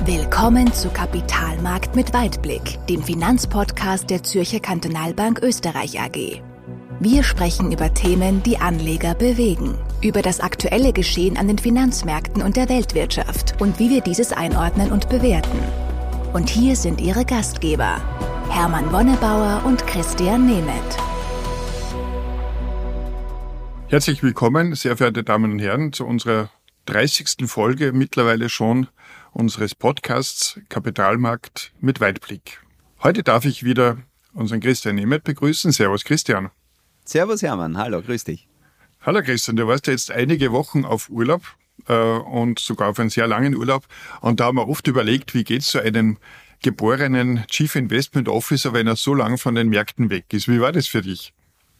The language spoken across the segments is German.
Willkommen zu Kapitalmarkt mit Weitblick, dem Finanzpodcast der Zürcher Kantonalbank Österreich AG. Wir sprechen über Themen, die Anleger bewegen, über das aktuelle Geschehen an den Finanzmärkten und der Weltwirtschaft und wie wir dieses einordnen und bewerten. Und hier sind Ihre Gastgeber, Hermann Wonnebauer und Christian Nemeth. Herzlich willkommen, sehr verehrte Damen und Herren, zu unserer 30. Folge mittlerweile schon unseres Podcasts Kapitalmarkt mit Weitblick. Heute darf ich wieder unseren Christian Nemeth begrüßen. Servus Christian. Servus Hermann, hallo, grüß dich. Hallo Christian, du warst ja jetzt einige Wochen auf Urlaub und sogar auf einen sehr langen Urlaub. Und da haben wir oft überlegt, wie geht es zu einem geborenen Chief Investment Officer, wenn er so lange von den Märkten weg ist. Wie war das für dich?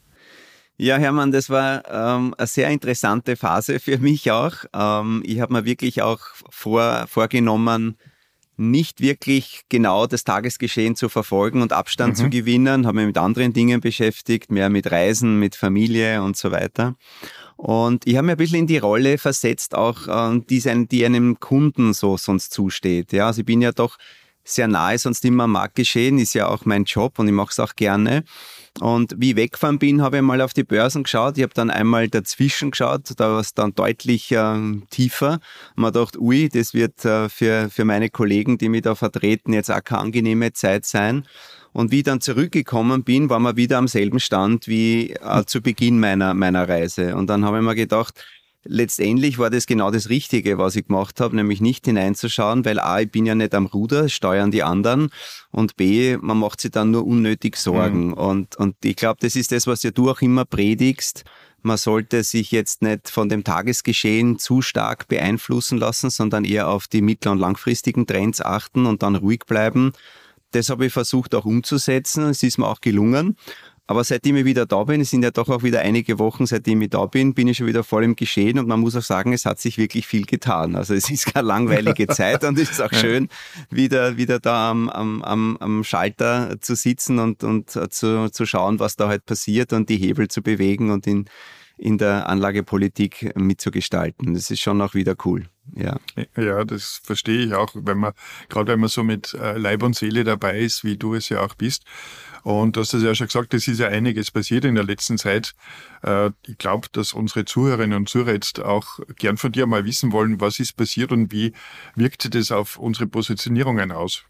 Ja, Hermann, das war eine sehr interessante Phase für mich auch. Ich habe mir wirklich auch vorgenommen, nicht wirklich genau das Tagesgeschehen zu verfolgen und Abstand zu gewinnen. Habe mich mit anderen Dingen beschäftigt, mehr mit Reisen, mit Familie und so weiter. Und ich habe mir ein bisschen in die Rolle versetzt, auch die einem Kunden so sonst zusteht. Ja, also ich bin ja doch sehr nahe sonst immer am Marktgeschehen, ist ja auch mein Job und ich mache es auch gerne. Und wie ich weggefahren bin, habe ich mal auf die Börsen geschaut. Ich habe dann einmal dazwischen geschaut, da war es dann deutlich tiefer. Und mir gedacht, ui, das wird für meine Kollegen, die mich da vertreten, jetzt auch keine angenehme Zeit sein. Und wie ich dann zurückgekommen bin, waren wir wieder am selben Stand wie zu Beginn meiner Reise. Und dann habe ich mir gedacht, letztendlich war das genau das Richtige, was ich gemacht habe, nämlich nicht hineinzuschauen, weil A, ich bin ja nicht am Ruder, steuern die anderen und B, man macht sich dann nur unnötig Sorgen. Und ich glaube, das ist das, was ja du auch immer predigst. Man sollte sich jetzt nicht von dem Tagesgeschehen zu stark beeinflussen lassen, sondern eher auf die mittel- und langfristigen Trends achten und dann ruhig bleiben. Das habe ich versucht auch umzusetzen, es ist mir auch gelungen. Aber seitdem ich wieder da bin, es sind ja doch auch wieder einige Wochen, seitdem ich da bin ich schon wieder voll im Geschehen und man muss auch sagen, es hat sich wirklich viel getan. Also es ist keine langweilige Zeit und es ist auch schön, wieder da am Schalter zu sitzen und zu schauen, was da halt passiert und die Hebel zu bewegen und in der Anlagepolitik mitzugestalten. Das ist schon auch wieder cool. Ja, das verstehe ich auch, gerade wenn man so mit Leib und Seele dabei ist, wie du es ja auch bist. Und du hast es ja schon gesagt, es ist ja einiges passiert in der letzten Zeit. Ich glaube, dass unsere Zuhörerinnen und Zuhörer jetzt auch gern von dir mal wissen wollen, was ist passiert und wie wirkte das auf unsere Positionierungen aus?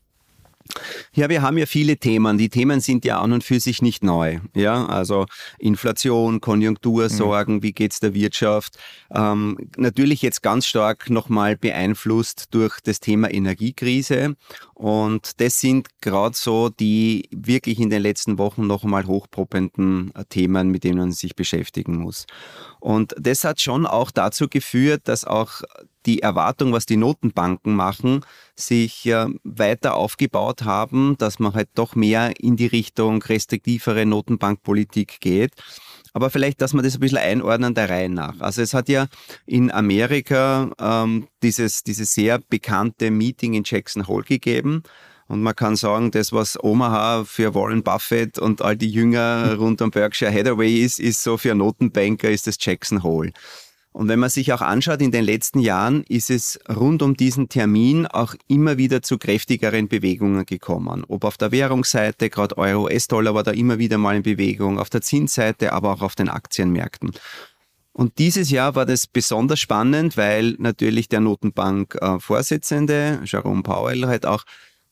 Ja, wir haben ja viele Themen. Die Themen sind ja an und für sich nicht neu. Ja, also Inflation, Konjunktursorgen, wie geht's der Wirtschaft? Natürlich jetzt ganz stark nochmal beeinflusst durch das Thema Energiekrise. Und das sind gerade so die wirklich in den letzten Wochen noch einmal hochpoppenden Themen, mit denen man sich beschäftigen muss. Und das hat schon auch dazu geführt, dass auch die Erwartung, was die Notenbanken machen, sich weiter aufgebaut haben, dass man halt doch mehr in die Richtung restriktivere Notenbankpolitik geht. Aber vielleicht, dass man das ein bisschen einordnen der Reihe nach. Also es hat ja in Amerika dieses sehr bekannte Meeting in Jackson Hole gegeben. Und man kann sagen, das, was Omaha für Warren Buffett und all die Jünger rund um Berkshire Hathaway ist so für Notenbanker ist das Jackson Hole. Und wenn man sich auch anschaut, in den letzten Jahren ist es rund um diesen Termin auch immer wieder zu kräftigeren Bewegungen gekommen. Ob auf der Währungsseite, gerade Euro, US-Dollar war da immer wieder mal in Bewegung, auf der Zinsseite, aber auch auf den Aktienmärkten. Und dieses Jahr war das besonders spannend, weil natürlich der Notenbank-Vorsitzende, Jerome Powell, halt auch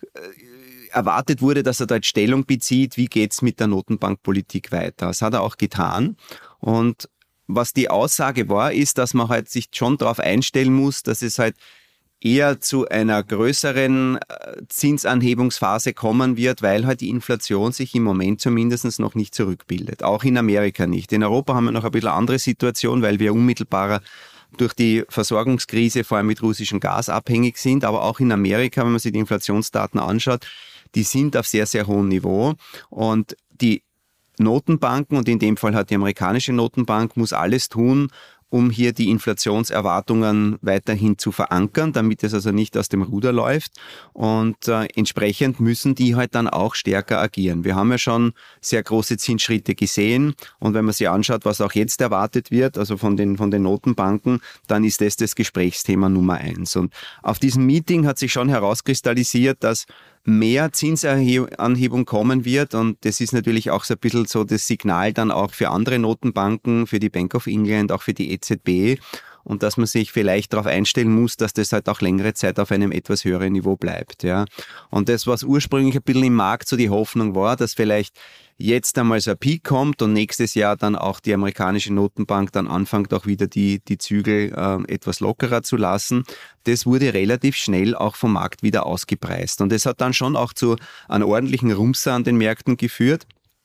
erwartet wurde, dass er dort Stellung bezieht, wie geht's mit der Notenbankpolitik weiter. Das hat er auch getan. Und was die Aussage war, ist, dass man halt sich schon darauf einstellen muss, dass es halt eher zu einer größeren Zinsanhebungsphase kommen wird, weil halt die Inflation sich im Moment zumindest noch nicht zurückbildet. Auch in Amerika nicht. In Europa haben wir noch ein bisschen andere Situation, weil wir unmittelbarer durch die Versorgungskrise vor allem mit russischem Gas abhängig sind. Aber auch in Amerika, wenn man sich die Inflationsdaten anschaut, die sind auf sehr, sehr hohem Niveau. Und die Notenbanken, und in dem Fall hat die amerikanische Notenbank, muss alles tun, um hier die Inflationserwartungen weiterhin zu verankern, damit es also nicht aus dem Ruder läuft. Und entsprechend müssen die halt dann auch stärker agieren. Wir haben ja schon sehr große Zinsschritte gesehen. Und wenn man sich anschaut, was auch jetzt erwartet wird, also von den Notenbanken, dann ist das Gesprächsthema Nummer 1. Und auf diesem Meeting hat sich schon herauskristallisiert, dass mehr Zinsanhebung kommen wird, und das ist natürlich auch so ein bisschen so das Signal dann auch für andere Notenbanken, für die Bank of England, auch für die EZB, und dass man sich vielleicht darauf einstellen muss, dass das halt auch längere Zeit auf einem etwas höheren Niveau bleibt. Ja. Und das, was ursprünglich ein bisschen im Markt so die Hoffnung war, dass vielleicht jetzt einmal so ein Peak kommt und nächstes Jahr dann auch die amerikanische Notenbank dann anfängt, auch wieder die Zügel etwas lockerer zu lassen, das wurde relativ schnell auch vom Markt wieder ausgepreist. Und das hat dann schon auch zu einem ordentlichen Rumser an den Märkten geführt.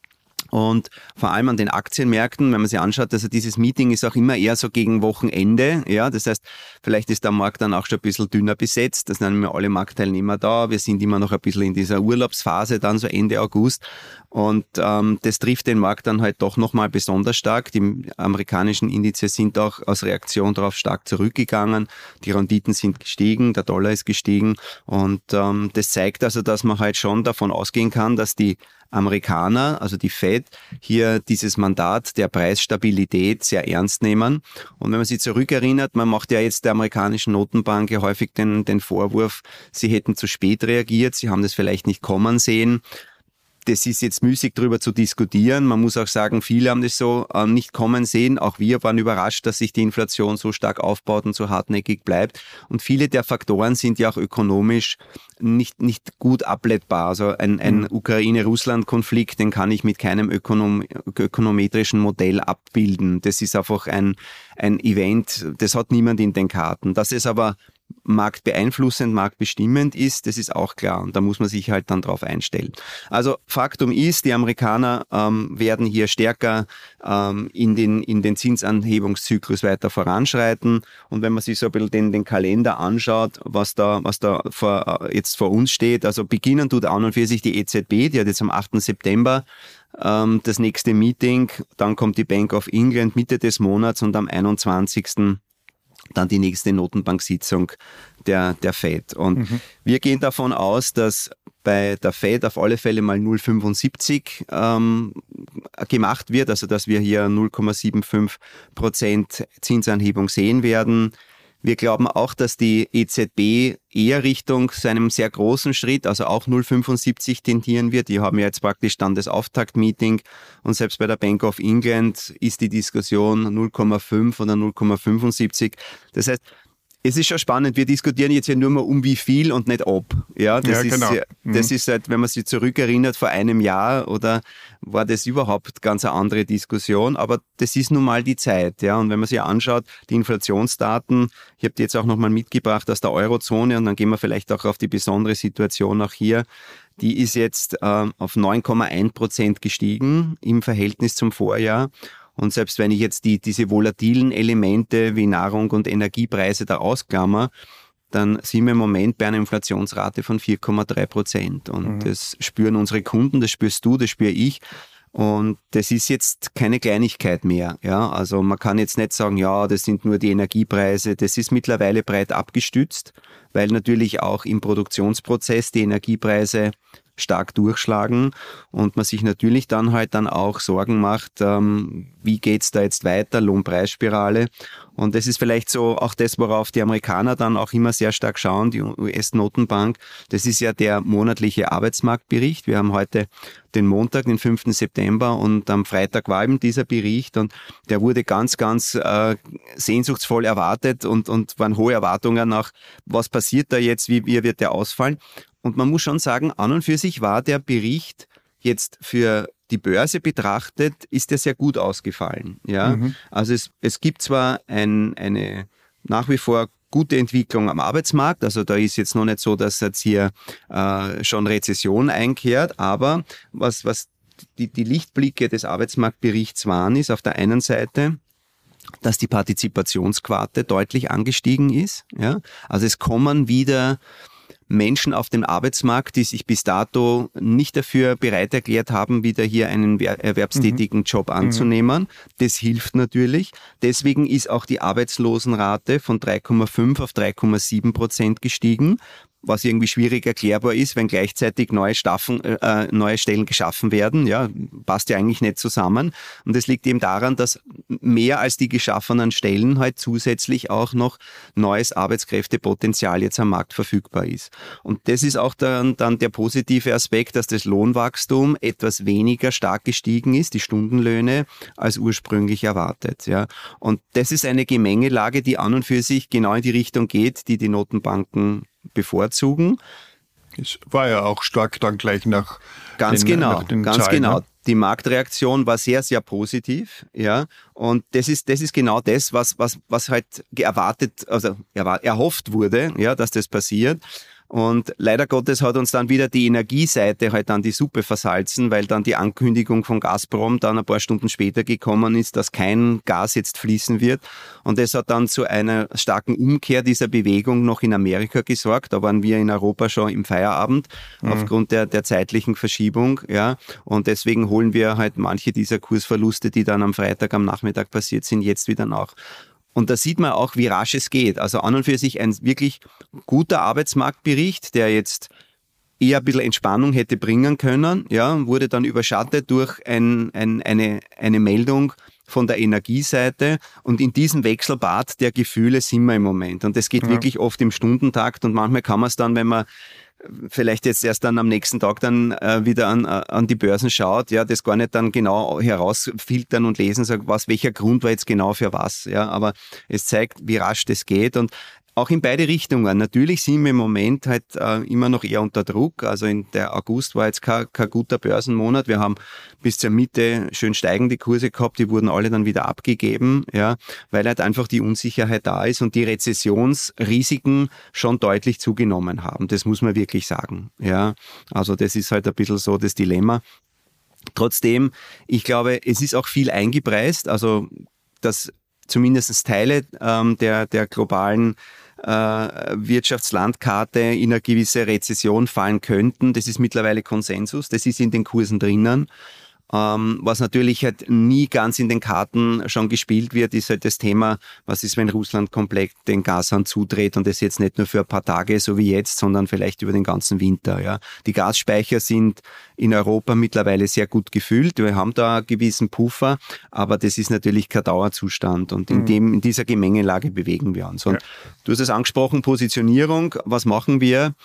Und vor allem an den Aktienmärkten, wenn man sich anschaut, also dieses Meeting ist auch immer eher so gegen Wochenende. Ja, das heißt, vielleicht ist der Markt dann auch schon ein bisschen dünner besetzt. Da sind nicht mehr alle Marktteilnehmer da. Wir sind immer noch ein bisschen in dieser Urlaubsphase, dann so Ende August. Und das trifft den Markt dann halt doch nochmal besonders stark. Die amerikanischen Indizes sind auch als Reaktion darauf stark zurückgegangen. Die Renditen sind gestiegen, der Dollar ist gestiegen. Und das zeigt also, dass man halt schon davon ausgehen kann, dass die Amerikaner, also die Fed, hier dieses Mandat der Preisstabilität sehr ernst nehmen. Und wenn man sich zurückerinnert, man macht ja jetzt der amerikanischen Notenbank ja häufig den Vorwurf, sie hätten zu spät reagiert, sie haben das vielleicht nicht kommen sehen. Das ist jetzt müßig, darüber zu diskutieren. Man muss auch sagen, viele haben das so nicht kommen sehen. Auch wir waren überrascht, dass sich die Inflation so stark aufbaut und so hartnäckig bleibt. Und viele der Faktoren sind ja auch ökonomisch nicht gut ableitbar. Also ein Ukraine-Russland-Konflikt, den kann ich mit keinem ökonometrischen Modell abbilden. Das ist einfach ein Event, das hat niemand in den Karten. Dass es aber marktbeeinflussend, marktbestimmend ist, das ist auch klar, und da muss man sich halt dann drauf einstellen. Also Faktum ist, die Amerikaner werden hier stärker in den Zinsanhebungszyklus weiter voranschreiten, und wenn man sich so ein bisschen den Kalender anschaut, was da jetzt vor uns steht, also beginnen tut an und für sich die EZB, die hat jetzt am 8. September das nächste Meeting, dann kommt die Bank of England Mitte des Monats und am 21. dann die nächste Notenbank-Sitzung der Fed. Und wir gehen davon aus, dass bei der Fed auf alle Fälle mal 0,75 gemacht wird, also dass wir hier 0,75% Zinsanhebung sehen werden. Wir glauben auch, dass die EZB eher Richtung zu einem sehr großen Schritt, also auch 0,75 tendieren wird. Die haben ja jetzt praktisch dann das Auftaktmeeting, und selbst bei der Bank of England ist die Diskussion 0,5 oder 0,75. Das heißt, es ist schon spannend, wir diskutieren jetzt ja nur mal um wie viel und nicht ob. Ja, das ist halt, wenn man sich zurückerinnert, vor einem Jahr oder war das überhaupt ganz eine andere Diskussion, aber das ist nun mal die Zeit. Ja, und wenn man sich anschaut, die Inflationsdaten, ich habe die jetzt auch nochmal mitgebracht aus der Eurozone, und dann gehen wir vielleicht auch auf die besondere Situation auch hier. Die ist jetzt auf 9,1% gestiegen im Verhältnis zum Vorjahr. Und selbst wenn ich jetzt diese volatilen Elemente wie Nahrung und Energiepreise da ausklammer, dann sind wir im Moment bei einer Inflationsrate von 4,3%. Und das spüren unsere Kunden, das spürst du, das spüre ich. Und das ist jetzt keine Kleinigkeit mehr. Ja, also man kann jetzt nicht sagen, ja, das sind nur die Energiepreise. Das ist mittlerweile breit abgestützt, weil natürlich auch im Produktionsprozess die Energiepreise stark durchschlagen und man sich natürlich dann halt dann auch Sorgen macht, wie geht's da jetzt weiter, Lohnpreisspirale. Und das ist vielleicht so auch das, worauf die Amerikaner dann auch immer sehr stark schauen, die US-Notenbank. Das ist ja der monatliche Arbeitsmarktbericht. Wir haben heute den Montag, den 5. September, und am Freitag war eben dieser Bericht, und der wurde ganz, ganz sehnsuchtsvoll erwartet, und waren hohe Erwartungen nach, was passiert da jetzt, wie wird der ausfallen. Und man muss schon sagen, an und für sich war der Bericht jetzt für die Börse betrachtet, ist der sehr gut ausgefallen. Ja? Also es gibt zwar eine nach wie vor gute Entwicklung am Arbeitsmarkt, also da ist jetzt noch nicht so, dass jetzt hier schon Rezession einkehrt, aber was die Lichtblicke des Arbeitsmarktberichts waren, ist auf der einen Seite, dass die Partizipationsquote deutlich angestiegen ist. Ja? Also es kommen wieder Menschen auf dem Arbeitsmarkt, die sich bis dato nicht dafür bereit erklärt haben, wieder hier einen erwerbstätigen Job anzunehmen. Das hilft natürlich. Deswegen ist auch die Arbeitslosenrate von 3,5 auf 3,7% gestiegen, was irgendwie schwierig erklärbar ist, wenn gleichzeitig neue Stellen geschaffen werden. Ja, passt ja eigentlich nicht zusammen. Und das liegt eben daran, dass mehr als die geschaffenen Stellen halt zusätzlich auch noch neues Arbeitskräftepotenzial jetzt am Markt verfügbar ist. Und das ist auch dann der positive Aspekt, dass das Lohnwachstum etwas weniger stark gestiegen ist, die Stundenlöhne, als ursprünglich erwartet. Ja. Und das ist eine Gemengelage, die an und für sich genau in die Richtung geht, die die Notenbanken bevorzugen. Es war ja auch stark dann gleich nach ganz den genau. Zahlen. Die Marktreaktion war sehr, sehr positiv, ja. Und das ist genau das, was halt erhofft wurde, ja, dass das passiert. Und leider Gottes hat uns dann wieder die Energieseite halt dann die Suppe versalzen, weil dann die Ankündigung von Gazprom dann ein paar Stunden später gekommen ist, dass kein Gas jetzt fließen wird. Und das hat dann zu einer starken Umkehr dieser Bewegung noch in Amerika gesorgt. Da waren wir in Europa schon im Feierabend aufgrund der zeitlichen Verschiebung. Ja. Und deswegen holen wir halt manche dieser Kursverluste, die dann am Freitag am Nachmittag passiert sind, jetzt wieder nach. Und da sieht man auch, wie rasch es geht. Also an und für sich ein wirklich guter Arbeitsmarktbericht, der jetzt eher ein bisschen Entspannung hätte bringen können, ja, wurde dann überschattet durch eine Meldung von der Energieseite. Und in diesem Wechselbad der Gefühle sind wir im Moment. Und das geht wirklich oft im Stundentakt. Und manchmal kann man es dann, wenn man vielleicht jetzt erst dann am nächsten Tag dann wieder an die Börsen schaut, ja, das gar nicht dann genau herausfiltern und lesen, sagt, welcher Grund war jetzt genau für was, ja, aber es zeigt, wie rasch das geht und auch in beide Richtungen. Natürlich sind wir im Moment halt immer noch eher unter Druck. Also der August war jetzt kein guter Börsenmonat. Wir haben bis zur Mitte schön steigende Kurse gehabt. Die wurden alle dann wieder abgegeben, ja, weil halt einfach die Unsicherheit da ist und die Rezessionsrisiken schon deutlich zugenommen haben. Das muss man wirklich sagen. Ja, also das ist halt ein bisschen so das Dilemma. Trotzdem, ich glaube, es ist auch viel eingepreist. Also dass zumindest Teile der globalen Wirtschaftslandkarte in eine gewisse Rezession fallen könnten. Das ist mittlerweile Konsensus, das ist in den Kursen drinnen. Was natürlich halt nie ganz in den Karten schon gespielt wird, ist halt das Thema, was ist, wenn Russland komplett den Gashahn zudreht und das jetzt nicht nur für ein paar Tage, so wie jetzt, sondern vielleicht über den ganzen Winter. Ja. Die Gasspeicher sind in Europa mittlerweile sehr gut gefüllt. Wir haben da einen gewissen Puffer, aber das ist natürlich kein Dauerzustand und in dieser Gemengelage bewegen wir uns. Und du hast es angesprochen, Positionierung, was machen wir?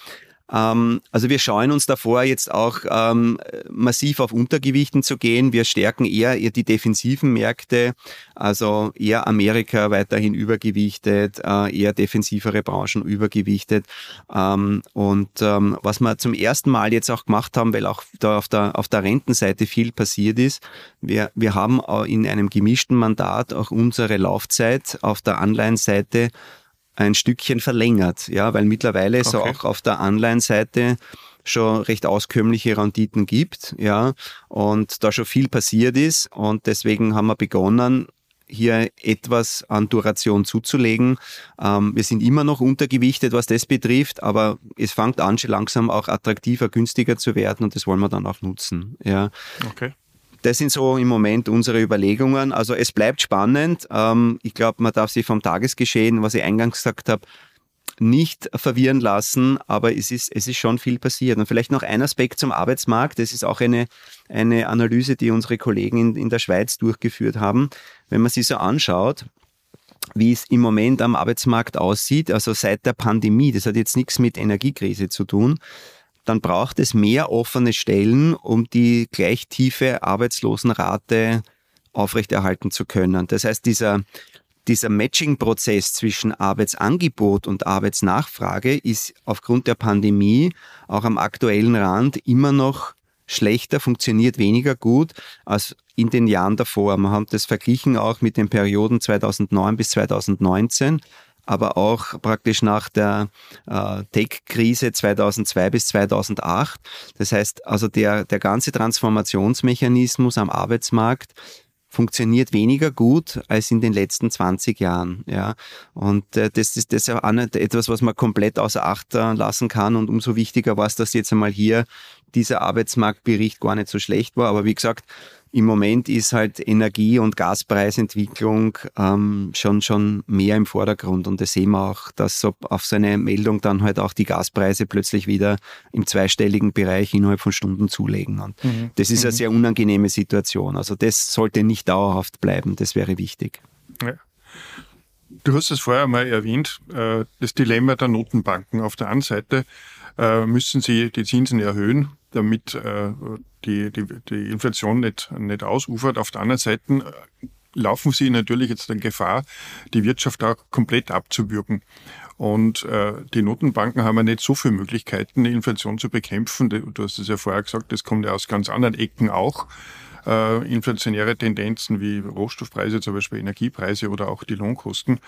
Also wir scheuen uns davor, jetzt auch massiv auf Untergewichten zu gehen. Wir stärken eher die defensiven Märkte, also eher Amerika weiterhin übergewichtet, eher defensivere Branchen übergewichtet. Was wir zum ersten Mal jetzt auch gemacht haben, weil auch da auf der Rentenseite viel passiert ist, wir haben in einem gemischten Mandat auch unsere Laufzeit auf der Anleihenseite ein Stückchen verlängert, ja, weil mittlerweile es auch auf der Anleihenseite schon recht auskömmliche Renditen gibt, ja, und da schon viel passiert ist und deswegen haben wir begonnen, hier etwas an Duration zuzulegen. Wir sind immer noch untergewichtet, was das betrifft, aber es fängt an, schon langsam auch attraktiver, günstiger zu werden und das wollen wir dann auch nutzen, ja. Okay. Das sind so im Moment unsere Überlegungen. Also es bleibt spannend. Ich glaube, man darf sich vom Tagesgeschehen, was ich eingangs gesagt habe, nicht verwirren lassen, aber es ist schon viel passiert. Und vielleicht noch ein Aspekt zum Arbeitsmarkt. Das ist auch eine Analyse, die unsere Kollegen in der Schweiz durchgeführt haben. Wenn man sich so anschaut, wie es im Moment am Arbeitsmarkt aussieht, also seit der Pandemie, das hat jetzt nichts mit Energiekrise zu tun, dann braucht es mehr offene Stellen, um die gleich tiefe Arbeitslosenrate aufrechterhalten zu können. Das heißt, dieser Matching-Prozess zwischen Arbeitsangebot und Arbeitsnachfrage ist aufgrund der Pandemie auch am aktuellen Rand immer noch schlechter, funktioniert weniger gut als in den Jahren davor. Man hat das verglichen auch mit den Perioden 2009 bis 2019. Aber auch praktisch nach der Tech-Krise 2002 bis 2008. Das heißt, also der ganze Transformationsmechanismus am Arbeitsmarkt funktioniert weniger gut als in den letzten 20 Jahren. Ja. Und das ist auch nicht etwas, was man komplett außer Acht lassen kann. Und umso wichtiger war es, dass jetzt einmal hier dieser Arbeitsmarktbericht gar nicht so schlecht war. Aber wie gesagt, im Moment ist halt Energie- und Gaspreisentwicklung schon mehr im Vordergrund. Und das sehen wir auch, dass so auf so eine Meldung dann halt auch die Gaspreise plötzlich wieder im zweistelligen Bereich innerhalb von Stunden zulegen. Und das ist eine sehr unangenehme Situation. Also das sollte nicht dauerhaft bleiben. Das wäre wichtig. Ja. Du hast es vorher mal erwähnt, das Dilemma der Notenbanken. Auf der einen Seite müssen sie die Zinsen erhöhen, damit die Inflation nicht ausufert. Auf der anderen Seite laufen sie natürlich jetzt in Gefahr, die Wirtschaft auch komplett abzuwürgen. Und die Notenbanken haben ja nicht so viele Möglichkeiten, die Inflation zu bekämpfen. Du hast es ja vorher gesagt, das kommt ja aus ganz anderen Ecken auch. Inflationäre Tendenzen wie Rohstoffpreise, zum Beispiel Energiepreise oder auch die Lohnkosten.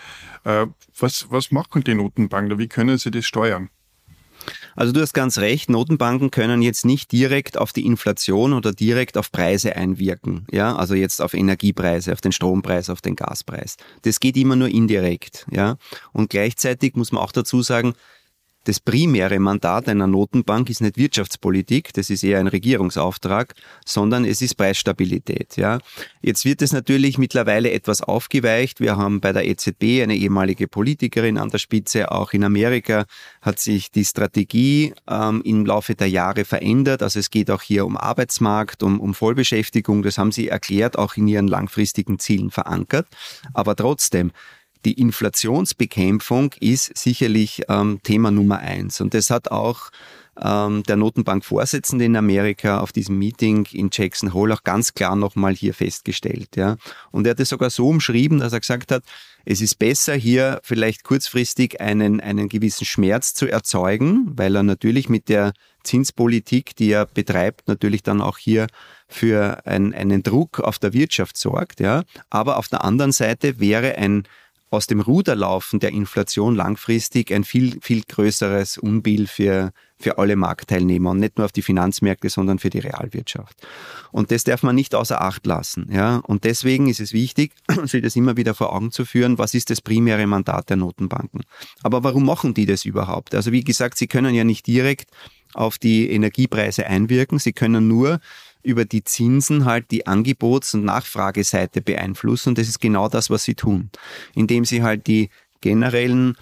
Was machen die Notenbanken? Wie können sie das steuern? Also du hast ganz recht, Notenbanken können jetzt nicht direkt auf die Inflation oder direkt auf Preise einwirken. Ja, also jetzt auf Energiepreise, auf den Strompreis, auf den Gaspreis. Das geht immer nur indirekt. Ja, und gleichzeitig muss man auch dazu sagen, das primäre Mandat einer Notenbank ist nicht Wirtschaftspolitik, das ist eher ein Regierungsauftrag, sondern es ist Preisstabilität. Ja. Jetzt wird es natürlich mittlerweile etwas aufgeweicht. Wir haben bei der EZB eine ehemalige Politikerin an der Spitze. Auch in Amerika hat sich die Strategie im Laufe der Jahre verändert. Also es geht auch hier um Arbeitsmarkt, um Vollbeschäftigung. Das haben sie erklärt, auch in ihren langfristigen Zielen verankert. Aber trotzdem, die Inflationsbekämpfung ist sicherlich Thema Nummer 1. Und das hat auch der Notenbankvorsitzende in Amerika auf diesem Meeting in Jackson Hole auch ganz klar nochmal hier festgestellt. Ja. Und er hat es sogar so umschrieben, dass er gesagt hat, es ist besser, hier vielleicht kurzfristig einen gewissen Schmerz zu erzeugen, weil er natürlich mit der Zinspolitik, die er betreibt, natürlich dann auch hier für einen Druck auf der Wirtschaft sorgt. Ja. Aber auf der anderen Seite wäre ein aus dem Ruderlaufen der Inflation langfristig ein viel, viel größeres Unbill für alle Marktteilnehmer und nicht nur auf die Finanzmärkte, sondern für die Realwirtschaft. Und das darf man nicht außer Acht lassen. Ja? Und deswegen ist es wichtig, sich das immer wieder vor Augen zu führen, was ist das primäre Mandat der Notenbanken. Aber warum machen die das überhaupt? Also wie gesagt, sie können ja nicht direkt auf die Energiepreise einwirken, sie können nur über die Zinsen halt die Angebots- und Nachfrageseite beeinflussen. Und das ist genau das, was sie tun. Indem sie halt die generellen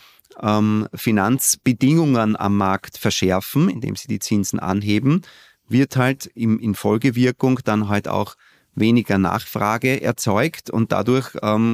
Finanzbedingungen am Markt verschärfen, indem sie die Zinsen anheben, wird halt in Folgewirkung dann halt auch weniger Nachfrage erzeugt und dadurch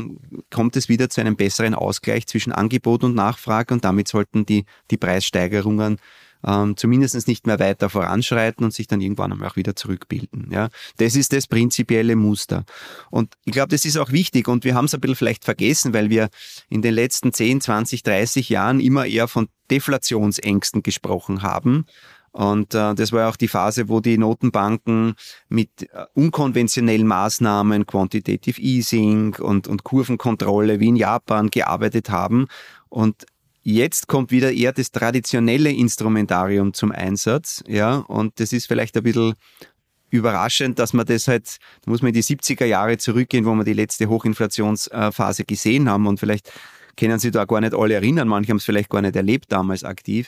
kommt es wieder zu einem besseren Ausgleich zwischen Angebot und Nachfrage und damit sollten die Preissteigerungen zumindest nicht mehr weiter voranschreiten und sich dann irgendwann einmal auch wieder zurückbilden. Ja, das ist das prinzipielle Muster. Und ich glaube, das ist auch wichtig und wir haben es ein bisschen vielleicht vergessen, weil wir in den letzten 10, 20, 30 Jahren immer eher von Deflationsängsten gesprochen haben. Und das war auch die Phase, wo die Notenbanken mit unkonventionellen Maßnahmen, Quantitative Easing und Kurvenkontrolle wie in Japan gearbeitet haben. Und jetzt kommt wieder eher das traditionelle Instrumentarium zum Einsatz, ja, und das ist vielleicht ein bisschen überraschend, dass man das halt, da muss man in die 70er Jahre zurückgehen, wo wir die letzte Hochinflationsphase gesehen haben und vielleicht können sich da gar nicht alle erinnern, manche haben es vielleicht gar nicht erlebt damals aktiv.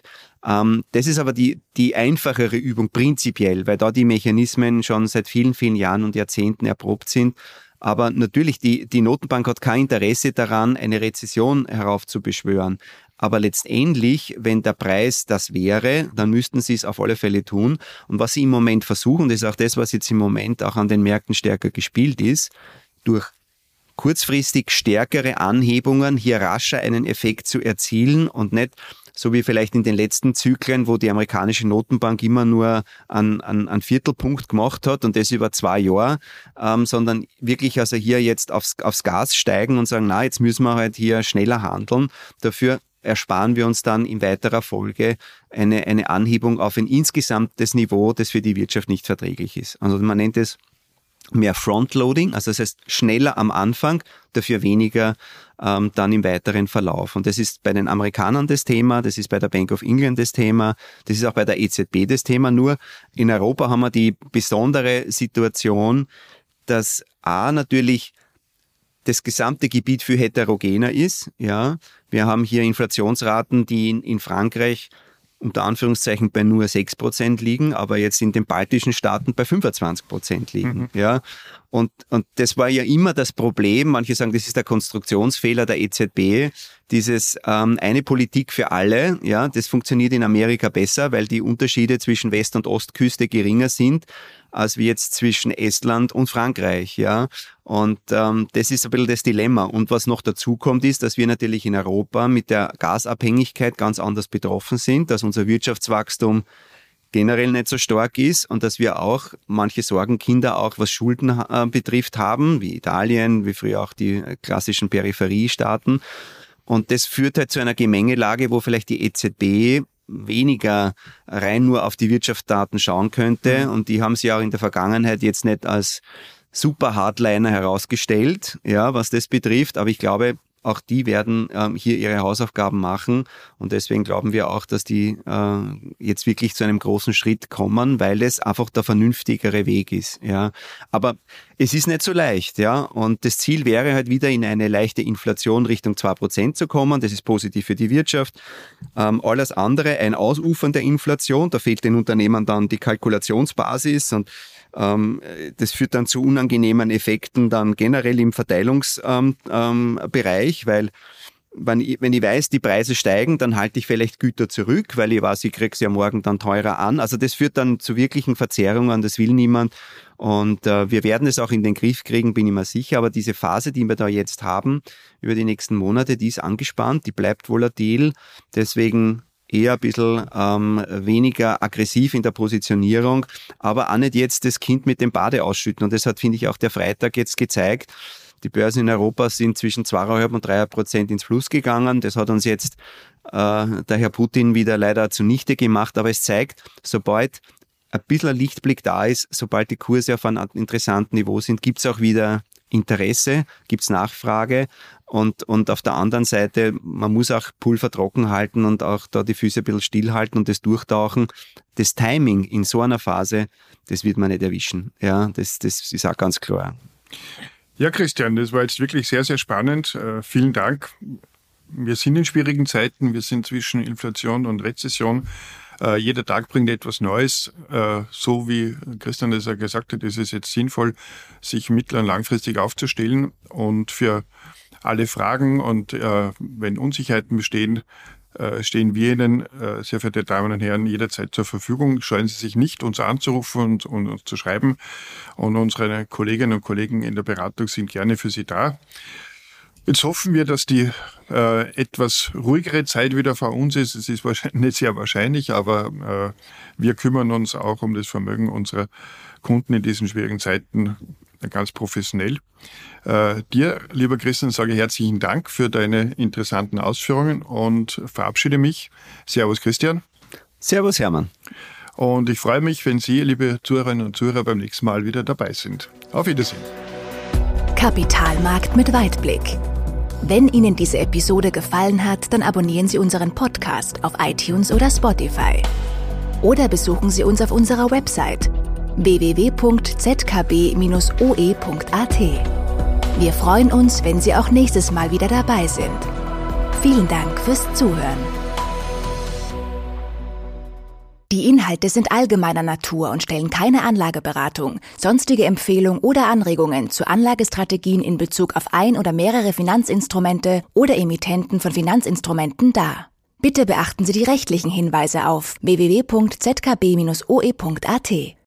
Das ist aber die einfachere Übung prinzipiell, weil da die Mechanismen schon seit vielen, vielen Jahren und Jahrzehnten erprobt sind. Aber natürlich, die Notenbank hat kein Interesse daran, eine Rezession heraufzubeschwören. Aber letztendlich, wenn der Preis das wäre, dann müssten sie es auf alle Fälle tun. Und was sie im Moment versuchen, das ist auch das, was jetzt im Moment auch an den Märkten stärker gespielt ist, durch kurzfristig stärkere Anhebungen hier rascher einen Effekt zu erzielen und nicht so wie vielleicht in den letzten Zyklen, wo die amerikanische Notenbank immer nur einen Viertelpunkt gemacht hat und das über 2 Jahre, sondern wirklich also hier jetzt aufs Gas steigen und sagen, na, jetzt müssen wir halt hier schneller handeln. Dafür ersparen wir uns dann in weiterer Folge eine Anhebung auf ein insgesamtes Niveau, das für die Wirtschaft nicht verträglich ist. Also man nennt es mehr Frontloading, also das heißt schneller am Anfang, dafür weniger dann im weiteren Verlauf. Und das ist bei den Amerikanern das Thema, das ist bei der Bank of England das Thema, das ist auch bei der EZB das Thema. Nur in Europa haben wir die besondere Situation, dass natürlich das gesamte Gebiet viel heterogener ist. Ja, wir haben hier Inflationsraten, die in Frankreich unter Anführungszeichen bei nur 6% liegen, aber jetzt in den baltischen Staaten bei 25% liegen. Ja, und das war ja immer das Problem. Manche sagen, das ist der Konstruktionsfehler der EZB. Dieses eine Politik für alle, ja, das funktioniert in Amerika besser, weil die Unterschiede zwischen West- und Ostküste geringer sind, als wie jetzt zwischen Estland und Frankreich, ja. Und das ist ein bisschen das Dilemma. Und was noch dazu kommt, ist, dass wir natürlich in Europa mit der Gasabhängigkeit ganz anders betroffen sind, dass unser Wirtschaftswachstum generell nicht so stark ist und dass wir auch manche Sorgenkinder auch was Schulden betrifft haben, wie Italien, wie früher auch die klassischen Peripheriestaaten. Und das führt halt zu einer Gemengelage, wo vielleicht die EZB weniger rein nur auf die Wirtschaftsdaten schauen könnte. Und die haben sie auch in der Vergangenheit jetzt nicht als super Hardliner herausgestellt, ja, was das betrifft. Aber ich glaube, auch die werden hier ihre Hausaufgaben machen. Und deswegen glauben wir auch, dass die jetzt wirklich zu einem großen Schritt kommen, weil es einfach der vernünftigere Weg ist. Ja. Aber es ist nicht so leicht. Ja. Und das Ziel wäre halt wieder in eine leichte Inflation Richtung 2% zu kommen. Das ist positiv für die Wirtschaft. Alles andere, ein Ausufern der Inflation, da fehlt den Unternehmen dann die Kalkulationsbasis und das führt dann zu unangenehmen Effekten dann generell im Verteilungsbereich, weil wenn ich weiß, die Preise steigen, dann halte ich vielleicht Güter zurück, weil ich weiß, ich kriege sie ja morgen dann teurer an. Also das führt dann zu wirklichen Verzerrungen, das will niemand. Und wir werden es auch in den Griff kriegen, bin ich mir sicher. Aber diese Phase, die wir da jetzt haben, über die nächsten Monate, die ist angespannt, die bleibt volatil. Deswegen eher ein bisschen weniger aggressiv in der Positionierung, aber auch nicht jetzt das Kind mit dem Bade ausschütten. Und das hat, finde ich, auch der Freitag jetzt gezeigt. Die Börsen in Europa sind zwischen 2,5% und 3% ins Plus gegangen. Das hat uns jetzt der Herr Putin wieder leider zunichte gemacht. Aber es zeigt, sobald ein bisschen ein Lichtblick da ist, sobald die Kurse auf einem interessanten Niveau sind, gibt es auch wieder Interesse, gibt es Nachfrage und auf der anderen Seite, man muss auch Pulver trocken halten und auch da die Füße ein bisschen stillhalten und das durchtauchen. Das Timing in so einer Phase, das wird man nicht erwischen. Ja, das ist auch ganz klar. Ja, Christian, das war jetzt wirklich sehr, sehr spannend. Vielen Dank. Wir sind in schwierigen Zeiten, wir sind zwischen Inflation und Rezession. Jeder Tag bringt etwas Neues. So wie Christian das ja gesagt hat, ist es jetzt sinnvoll, sich mittel- und langfristig aufzustellen. Und für alle Fragen und wenn Unsicherheiten bestehen, stehen wir Ihnen, sehr verehrte Damen und Herren, jederzeit zur Verfügung. Scheuen Sie sich nicht, uns anzurufen und uns zu schreiben. Und unsere Kolleginnen und Kollegen in der Beratung sind gerne für Sie da. Jetzt hoffen wir, dass die etwas ruhigere Zeit wieder vor uns ist. Es ist wahrscheinlich nicht sehr wahrscheinlich, aber wir kümmern uns auch um das Vermögen unserer Kunden in diesen schwierigen Zeiten ganz professionell. Dir, lieber Christian, sage ich herzlichen Dank für deine interessanten Ausführungen und verabschiede mich. Servus, Christian. Servus, Hermann. Und ich freue mich, wenn Sie, liebe Zuhörerinnen und Zuhörer, beim nächsten Mal wieder dabei sind. Auf Wiedersehen. Kapitalmarkt mit Weitblick. Wenn Ihnen diese Episode gefallen hat, dann abonnieren Sie unseren Podcast auf iTunes oder Spotify. Oder besuchen Sie uns auf unserer Website www.zkb-oe.at. Wir freuen uns, wenn Sie auch nächstes Mal wieder dabei sind. Vielen Dank fürs Zuhören. Die Inhalte sind allgemeiner Natur und stellen keine Anlageberatung, sonstige Empfehlung oder Anregungen zu Anlagestrategien in Bezug auf ein oder mehrere Finanzinstrumente oder Emittenten von Finanzinstrumenten dar. Bitte beachten Sie die rechtlichen Hinweise auf www.zkb-oe.at.